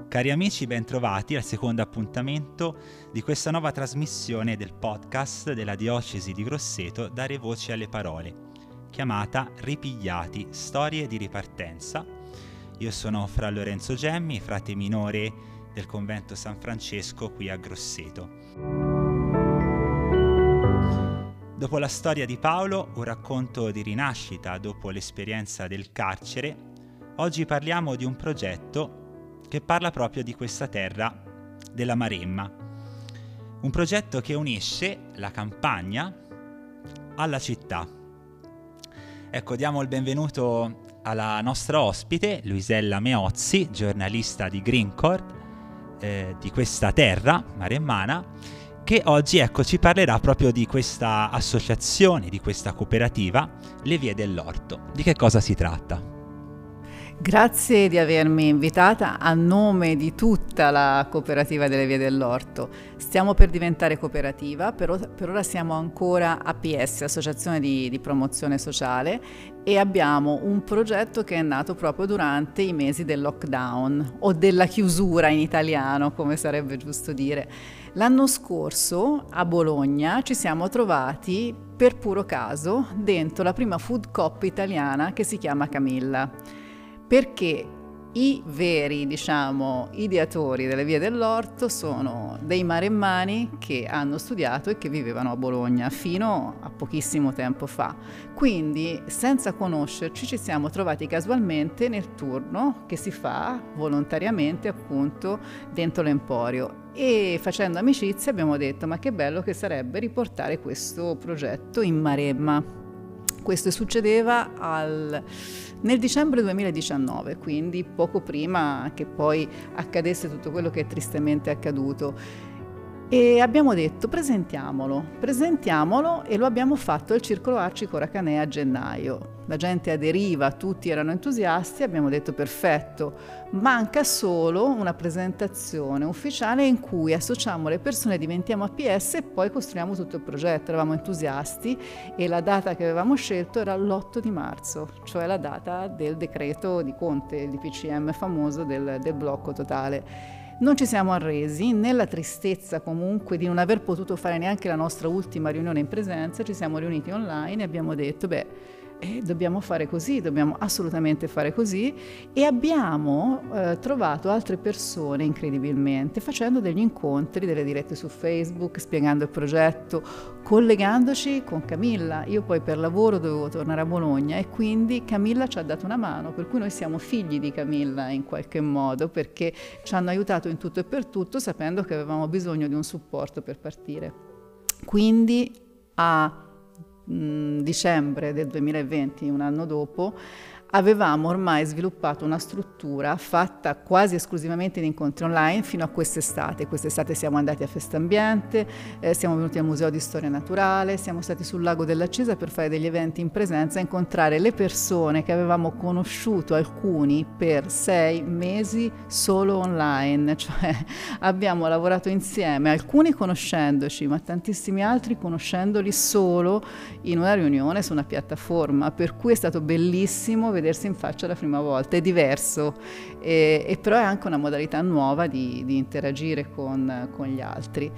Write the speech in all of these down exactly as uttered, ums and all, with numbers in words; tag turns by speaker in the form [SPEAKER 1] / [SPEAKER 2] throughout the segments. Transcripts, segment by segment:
[SPEAKER 1] Cari amici, bentrovati al secondo appuntamento di questa nuova trasmissione del podcast della Diocesi di Grosseto Dare voce alle parole, chiamata Ripigliati, storie di ripartenza. Io sono Fra Lorenzo Gemmi, frate minore del convento San Francesco qui a Grosseto. Dopo la storia di Paolo, un racconto di rinascita dopo l'esperienza del carcere, oggi parliamo di un progetto che parla proprio di questa terra della Maremma. Un progetto che unisce la campagna alla città. Ecco, diamo il benvenuto alla nostra ospite, Luisella Meozzi, giornalista di Greencore, eh, di questa terra maremmana, che oggi ecco, ci parlerà proprio di questa associazione, di questa cooperativa, Le Vie dell'Orto. Di che cosa si tratta?
[SPEAKER 2] Grazie di avermi invitata a nome di tutta la cooperativa delle Vie dell'Orto. Stiamo per diventare cooperativa, però per ora siamo ancora A P S, Associazione di, di Promozione Sociale, e abbiamo un progetto che è nato proprio durante i mesi del lockdown o della chiusura in italiano, come sarebbe giusto dire. L'anno scorso a Bologna ci siamo trovati per puro caso dentro la prima food coop italiana che si chiama Camilla. Perché i veri, diciamo, ideatori delle Vie dell'Orto sono dei maremmani che hanno studiato e che vivevano a Bologna fino a pochissimo tempo fa. Quindi, senza conoscerci, ci siamo trovati casualmente nel turno che si fa volontariamente appunto dentro l'Emporio. E facendo amicizia abbiamo detto: ma che bello che sarebbe riportare questo progetto in Maremma. Questo succedeva al, nel dicembre duemiladiciannove, quindi poco prima che poi accadesse tutto quello che è tristemente accaduto. E abbiamo detto presentiamolo, presentiamolo e lo abbiamo fatto al Circolo Arci Coracanè a gennaio. La gente aderiva, tutti erano entusiasti, abbiamo detto perfetto, manca solo una presentazione ufficiale in cui associamo le persone, diventiamo A P S e poi costruiamo tutto il progetto. Eravamo entusiasti e la data che avevamo scelto era l'otto di marzo, cioè la data del decreto di Conte, il D P C M famoso del, del blocco totale. Non ci siamo arresi, nella tristezza comunque di non aver potuto fare neanche la nostra ultima riunione in presenza, ci siamo riuniti online e abbiamo detto, beh, eh, dobbiamo fare così, dobbiamo assolutamente fare così, e abbiamo eh, trovato altre persone incredibilmente, facendo degli incontri, delle dirette su Facebook, spiegando il progetto, collegandoci con Camilla. Io poi per lavoro dovevo tornare a Bologna e quindi Camilla ci ha dato una mano, per cui noi siamo figli di Camilla in qualche modo, perché ci hanno aiutato in tutto e per tutto, sapendo che avevamo bisogno di un supporto per partire. Quindi a mh, dicembre del duemilaventi, un anno dopo, avevamo ormai sviluppato una struttura fatta quasi esclusivamente di incontri online fino a quest'estate. Quest'estate siamo andati a Festambiente, eh, siamo venuti al Museo di Storia Naturale, siamo stati sul Lago dell'Accesa per fare degli eventi in presenza, incontrare le persone che avevamo conosciuto, alcuni per sei mesi solo online, cioè abbiamo lavorato insieme, alcuni conoscendoci, ma tantissimi altri conoscendoli solo in una riunione su una piattaforma, per cui è stato bellissimo vedersi in faccia la prima volta. È diverso e, e però è anche una modalità nuova di, di interagire con, con gli altri.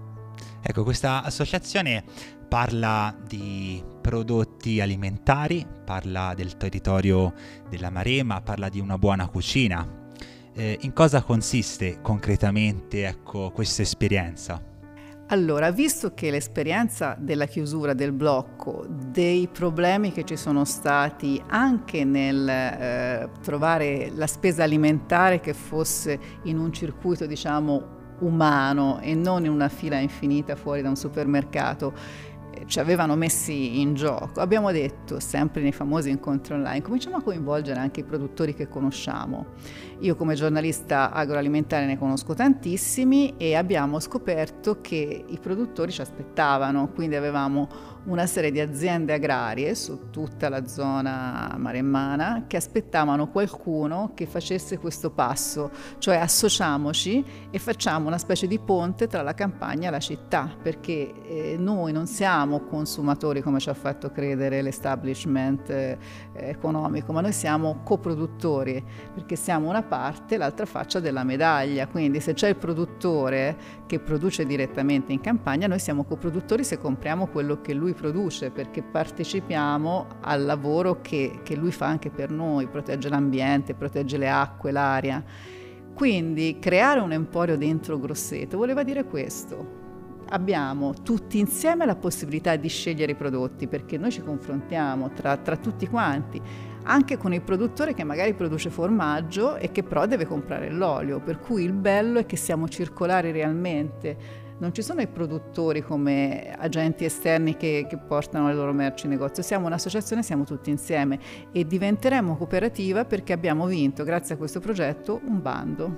[SPEAKER 1] Ecco, questa associazione parla di prodotti alimentari, parla del territorio della Maremma, parla di una buona cucina. Eh, in cosa consiste concretamente, ecco, questa esperienza?
[SPEAKER 2] Allora, visto che l'esperienza della chiusura del blocco, dei problemi che ci sono stati anche nel eh, trovare la spesa alimentare che fosse in un circuito, diciamo, umano e non in una fila infinita fuori da un supermercato, ci avevano messi in gioco, abbiamo detto, sempre nei famosi incontri online, cominciamo a coinvolgere anche i produttori che conosciamo. Io come giornalista agroalimentare ne conosco tantissimi e abbiamo scoperto che i produttori ci aspettavano, quindi avevamo una serie di aziende agrarie su tutta la zona maremmana che aspettavano qualcuno che facesse questo passo, cioè associamoci e facciamo una specie di ponte tra la campagna e la città, perché eh, noi non siamo consumatori come ci ha fatto credere l'establishment eh, economico, ma noi siamo coproduttori, perché siamo una parte, l'altra faccia della medaglia. Quindi se c'è il produttore che produce direttamente in campagna, noi siamo coproduttori se compriamo quello che lui produce, perché partecipiamo al lavoro che, che lui fa anche per noi, protegge l'ambiente, protegge le acque, l'aria. Quindi creare un emporio dentro Grosseto voleva dire questo. Abbiamo tutti insieme la possibilità di scegliere i prodotti, perché noi ci confrontiamo tra, tra tutti quanti, anche con il produttore che magari produce formaggio e che però deve comprare l'olio, per cui il bello è che siamo circolari realmente. Non ci sono i produttori come agenti esterni che, che portano le loro merci in negozio, siamo un'associazione, siamo tutti insieme e diventeremo cooperativa perché abbiamo vinto, grazie a questo progetto, un bando.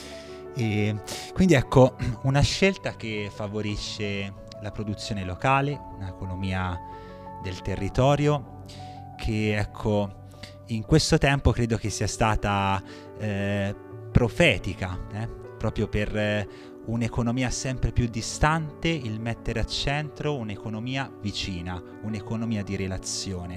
[SPEAKER 1] E quindi ecco, una scelta che favorisce la produzione locale, un'economia del territorio, che ecco, in questo tempo credo che sia stata eh, profetica, eh, proprio per eh, un'economia sempre più distante, il mettere a centro un'economia vicina, un'economia di relazione.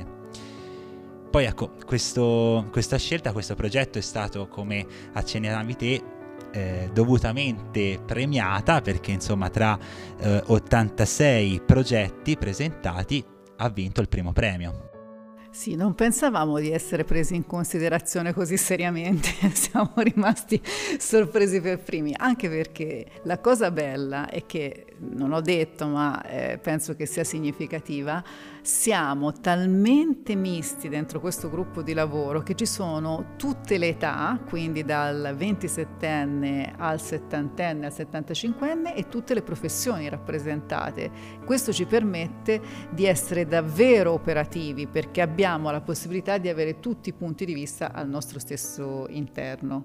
[SPEAKER 1] Poi ecco, questo, questa scelta, questo progetto è stato, come accennavi te, eh, dovutamente premiata, perché insomma tra eh, ottantasei progetti presentati ha vinto il primo premio.
[SPEAKER 2] Sì, non pensavamo di essere presi in considerazione così seriamente, siamo rimasti sorpresi per primi, anche perché la cosa bella è che, non ho detto ma eh, penso che sia significativa, siamo talmente misti dentro questo gruppo di lavoro che ci sono tutte le età, quindi dal ventisettenne al settantenne al settantacinquenne e tutte le professioni rappresentate. Questo ci permette di essere davvero operativi perché abbiamo la possibilità di avere tutti i punti di vista al nostro stesso interno.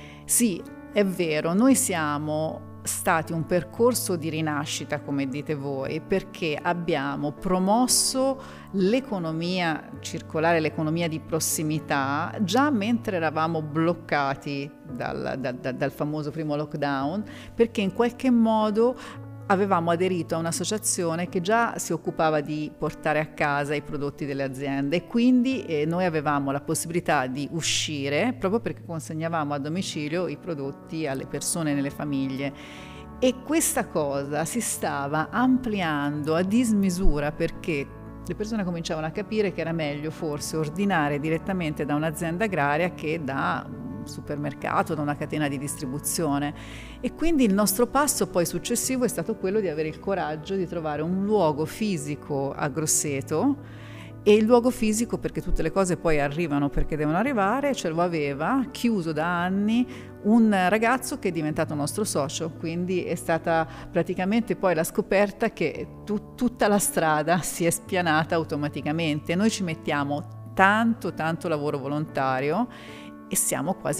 [SPEAKER 2] Sì, è vero, noi siamo stati un percorso di rinascita, come dite voi, perché abbiamo promosso l'economia circolare, l'economia di prossimità, già mentre eravamo bloccati dal, dal, dal famoso primo lockdown, perché in qualche modo avevamo aderito a un'associazione che già si occupava di portare a casa i prodotti delle aziende e quindi eh, noi avevamo la possibilità di uscire proprio perché consegnavamo a domicilio i prodotti alle persone nelle famiglie. E questa cosa si stava ampliando a dismisura perché le persone cominciavano a capire che era meglio forse ordinare direttamente da un'azienda agraria che da supermercato, da una catena di distribuzione. E quindi il nostro passo poi successivo è stato quello di avere il coraggio di trovare un luogo fisico a Grosseto, e il luogo fisico, perché tutte le cose poi arrivano perché devono arrivare, ce lo aveva chiuso da anni un ragazzo che è diventato nostro socio, quindi è stata praticamente poi la scoperta che tu, tutta la strada si è spianata automaticamente. Noi ci mettiamo tanto tanto lavoro volontario e siamo quasi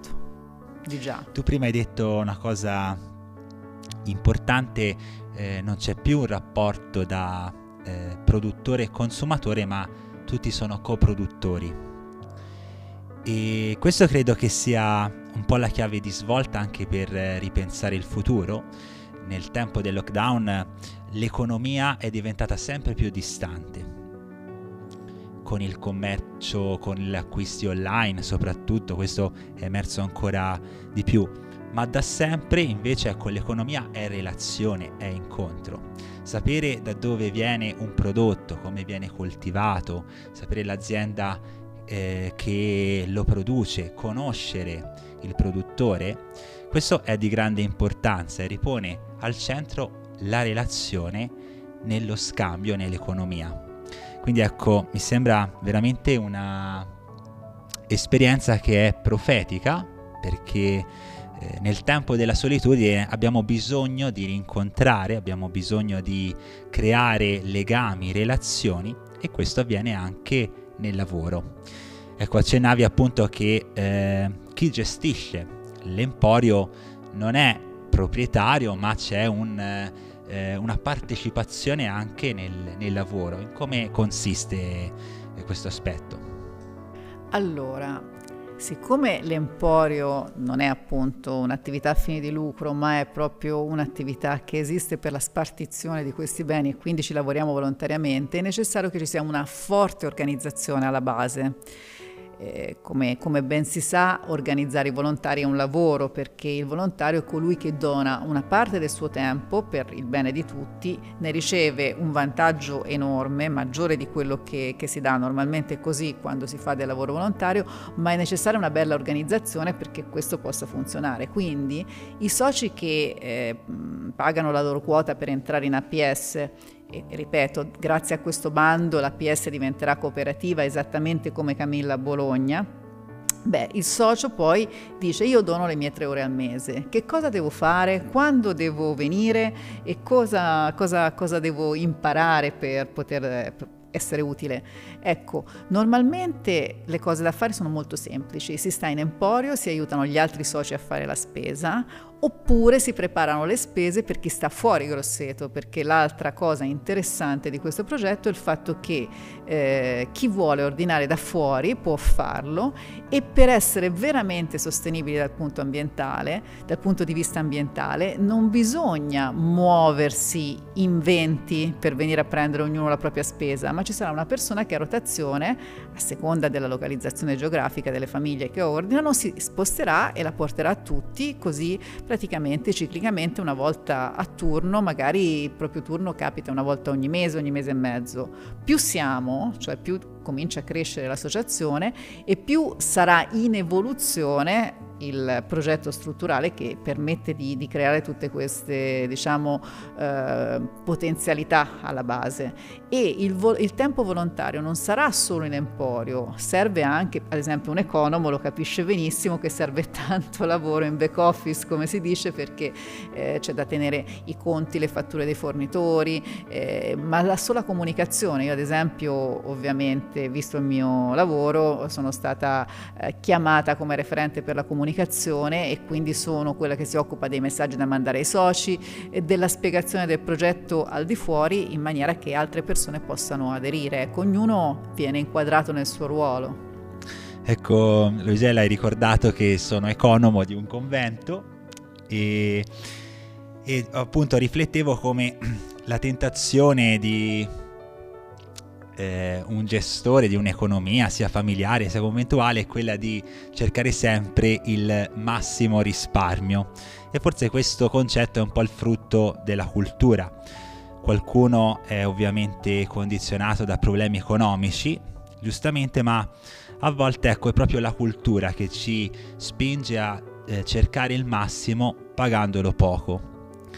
[SPEAKER 2] cento di già.
[SPEAKER 1] Tu prima hai detto una cosa importante, eh, non c'è più un rapporto da eh, produttore e consumatore, ma tutti sono coproduttori. E questo credo che sia un po' la chiave di svolta anche per eh, ripensare il futuro. Nel tempo del lockdown l'economia è diventata sempre più distante, con il commercio, con gli acquisti online soprattutto, questo è emerso ancora di più, ma da sempre invece ecco, l'economia è relazione, è incontro. Sapere da dove viene un prodotto, come viene coltivato, sapere l'azienda eh, che lo produce, conoscere il produttore, questo è di grande importanza e ripone al centro la relazione nello scambio, nell'economia. Quindi ecco, mi sembra veramente una esperienza che è profetica, perché eh, nel tempo della solitudine abbiamo bisogno di rincontrare, abbiamo bisogno di creare legami, relazioni, e questo avviene anche nel lavoro. Ecco, accennavi appunto che eh, chi gestisce l'emporio non è proprietario, ma c'è un, eh, eh, una partecipazione anche nel, nel lavoro. In come consiste eh, questo aspetto?
[SPEAKER 2] Allora, siccome l'Emporio non è appunto un'attività a fini di lucro, ma è proprio un'attività che esiste per la spartizione di questi beni e quindi ci lavoriamo volontariamente, è necessario che ci sia una forte organizzazione alla base. Eh, come, come ben si sa, organizzare i volontari è un lavoro, perché il volontario è colui che dona una parte del suo tempo per il bene di tutti, ne riceve un vantaggio enorme, maggiore di quello che, che si dà normalmente così quando si fa del lavoro volontario, ma è necessaria una bella organizzazione perché questo possa funzionare. Quindi i soci che eh, pagano la loro quota per entrare in A P S, e ripeto, grazie a questo bando l'A P S diventerà cooperativa esattamente come Camilla a Bologna. Beh, il socio poi dice: io dono le mie tre ore al mese, che cosa devo fare, quando devo venire e cosa, cosa, cosa devo imparare per poter essere utile? Ecco, normalmente le cose da fare sono molto semplici: si sta in Emporio, si aiutano gli altri soci a fare la spesa, oppure si preparano le spese per chi sta fuori Grosseto, perché l'altra cosa interessante di questo progetto è il fatto che eh, chi vuole ordinare da fuori può farlo, e per essere veramente sostenibili dal punto ambientale, dal punto di vista ambientale, non bisogna muoversi in venti per venire a prendere ognuno la propria spesa, ma ci sarà una persona che a rotazione, a seconda della localizzazione geografica delle famiglie che ordinano, si sposterà e la porterà a tutti, così praticamente ciclicamente una volta a turno, magari il proprio turno capita una volta ogni mese, ogni mese e mezzo. Più siamo, cioè più comincia a crescere l'associazione e più sarà in evoluzione il progetto strutturale che permette di, di creare tutte queste, diciamo, eh, potenzialità alla base. E il, vo- il tempo volontario non sarà solo in Emporio, serve anche, ad esempio, un economo lo capisce benissimo che serve tanto lavoro in back office, come si dice, perché eh, c'è da tenere i conti, le fatture dei fornitori, eh, ma la sola comunicazione. Io ad esempio, ovviamente, visto il mio lavoro, sono stata eh, chiamata come referente per la comunicazione e quindi sono quella che si occupa dei messaggi da mandare ai soci e della spiegazione del progetto al di fuori, in maniera che altre persone possano aderire. Ecco, ognuno viene inquadrato nel suo ruolo.
[SPEAKER 1] Ecco, Luisella, hai ricordato che sono economo di un convento e, e appunto riflettevo come la tentazione di Eh, un gestore di un'economia, sia familiare sia conventuale, è quella di cercare sempre il massimo risparmio, e forse questo concetto è un po' il frutto della cultura. Qualcuno è ovviamente condizionato da problemi economici, giustamente, ma a volte ecco è proprio la cultura che ci spinge a eh, cercare il massimo pagandolo poco.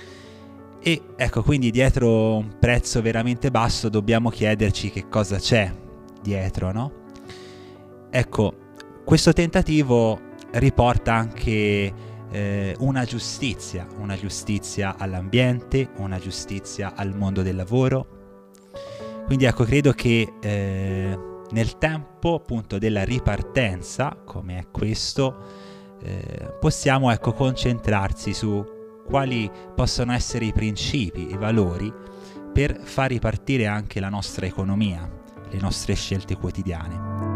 [SPEAKER 1] E ecco, quindi dietro un prezzo veramente basso dobbiamo chiederci che cosa c'è dietro, no? Ecco, questo tentativo riporta anche eh, una giustizia, una giustizia all'ambiente, una giustizia al mondo del lavoro. Quindi ecco, credo che eh, nel tempo appunto della ripartenza, come è questo, eh, possiamo ecco concentrarsi su quali possono essere i principi, i valori per far ripartire anche la nostra economia, le nostre scelte quotidiane.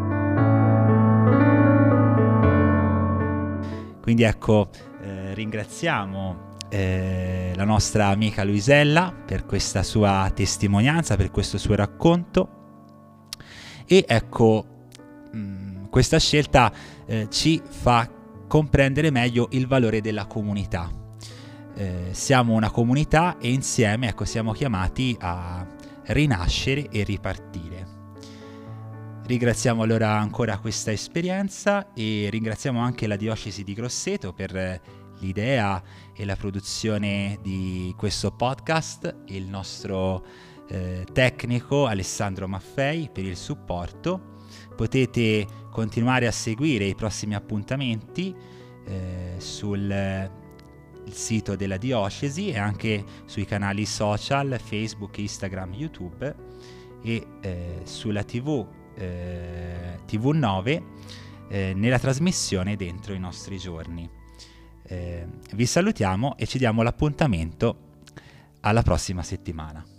[SPEAKER 1] Quindi ecco, eh, ringraziamo eh, la nostra amica Luisella per questa sua testimonianza, per questo suo racconto, e ecco, mh, questa scelta eh, ci fa comprendere meglio il valore della comunità. Eh, siamo una comunità e insieme ecco siamo chiamati a rinascere e ripartire. Ringraziamo allora ancora questa esperienza e ringraziamo anche la Diocesi di Grosseto per l'idea e la produzione di questo podcast, e il nostro eh, tecnico Alessandro Maffei per il supporto. Potete continuare a seguire i prossimi appuntamenti eh, sul il sito della Diocesi e anche sui canali social Facebook, Instagram, YouTube, e eh, sulla tivù eh, tivù nove eh, nella trasmissione Dentro i nostri giorni. Eh, vi salutiamo e ci diamo l'appuntamento Alla prossima settimana.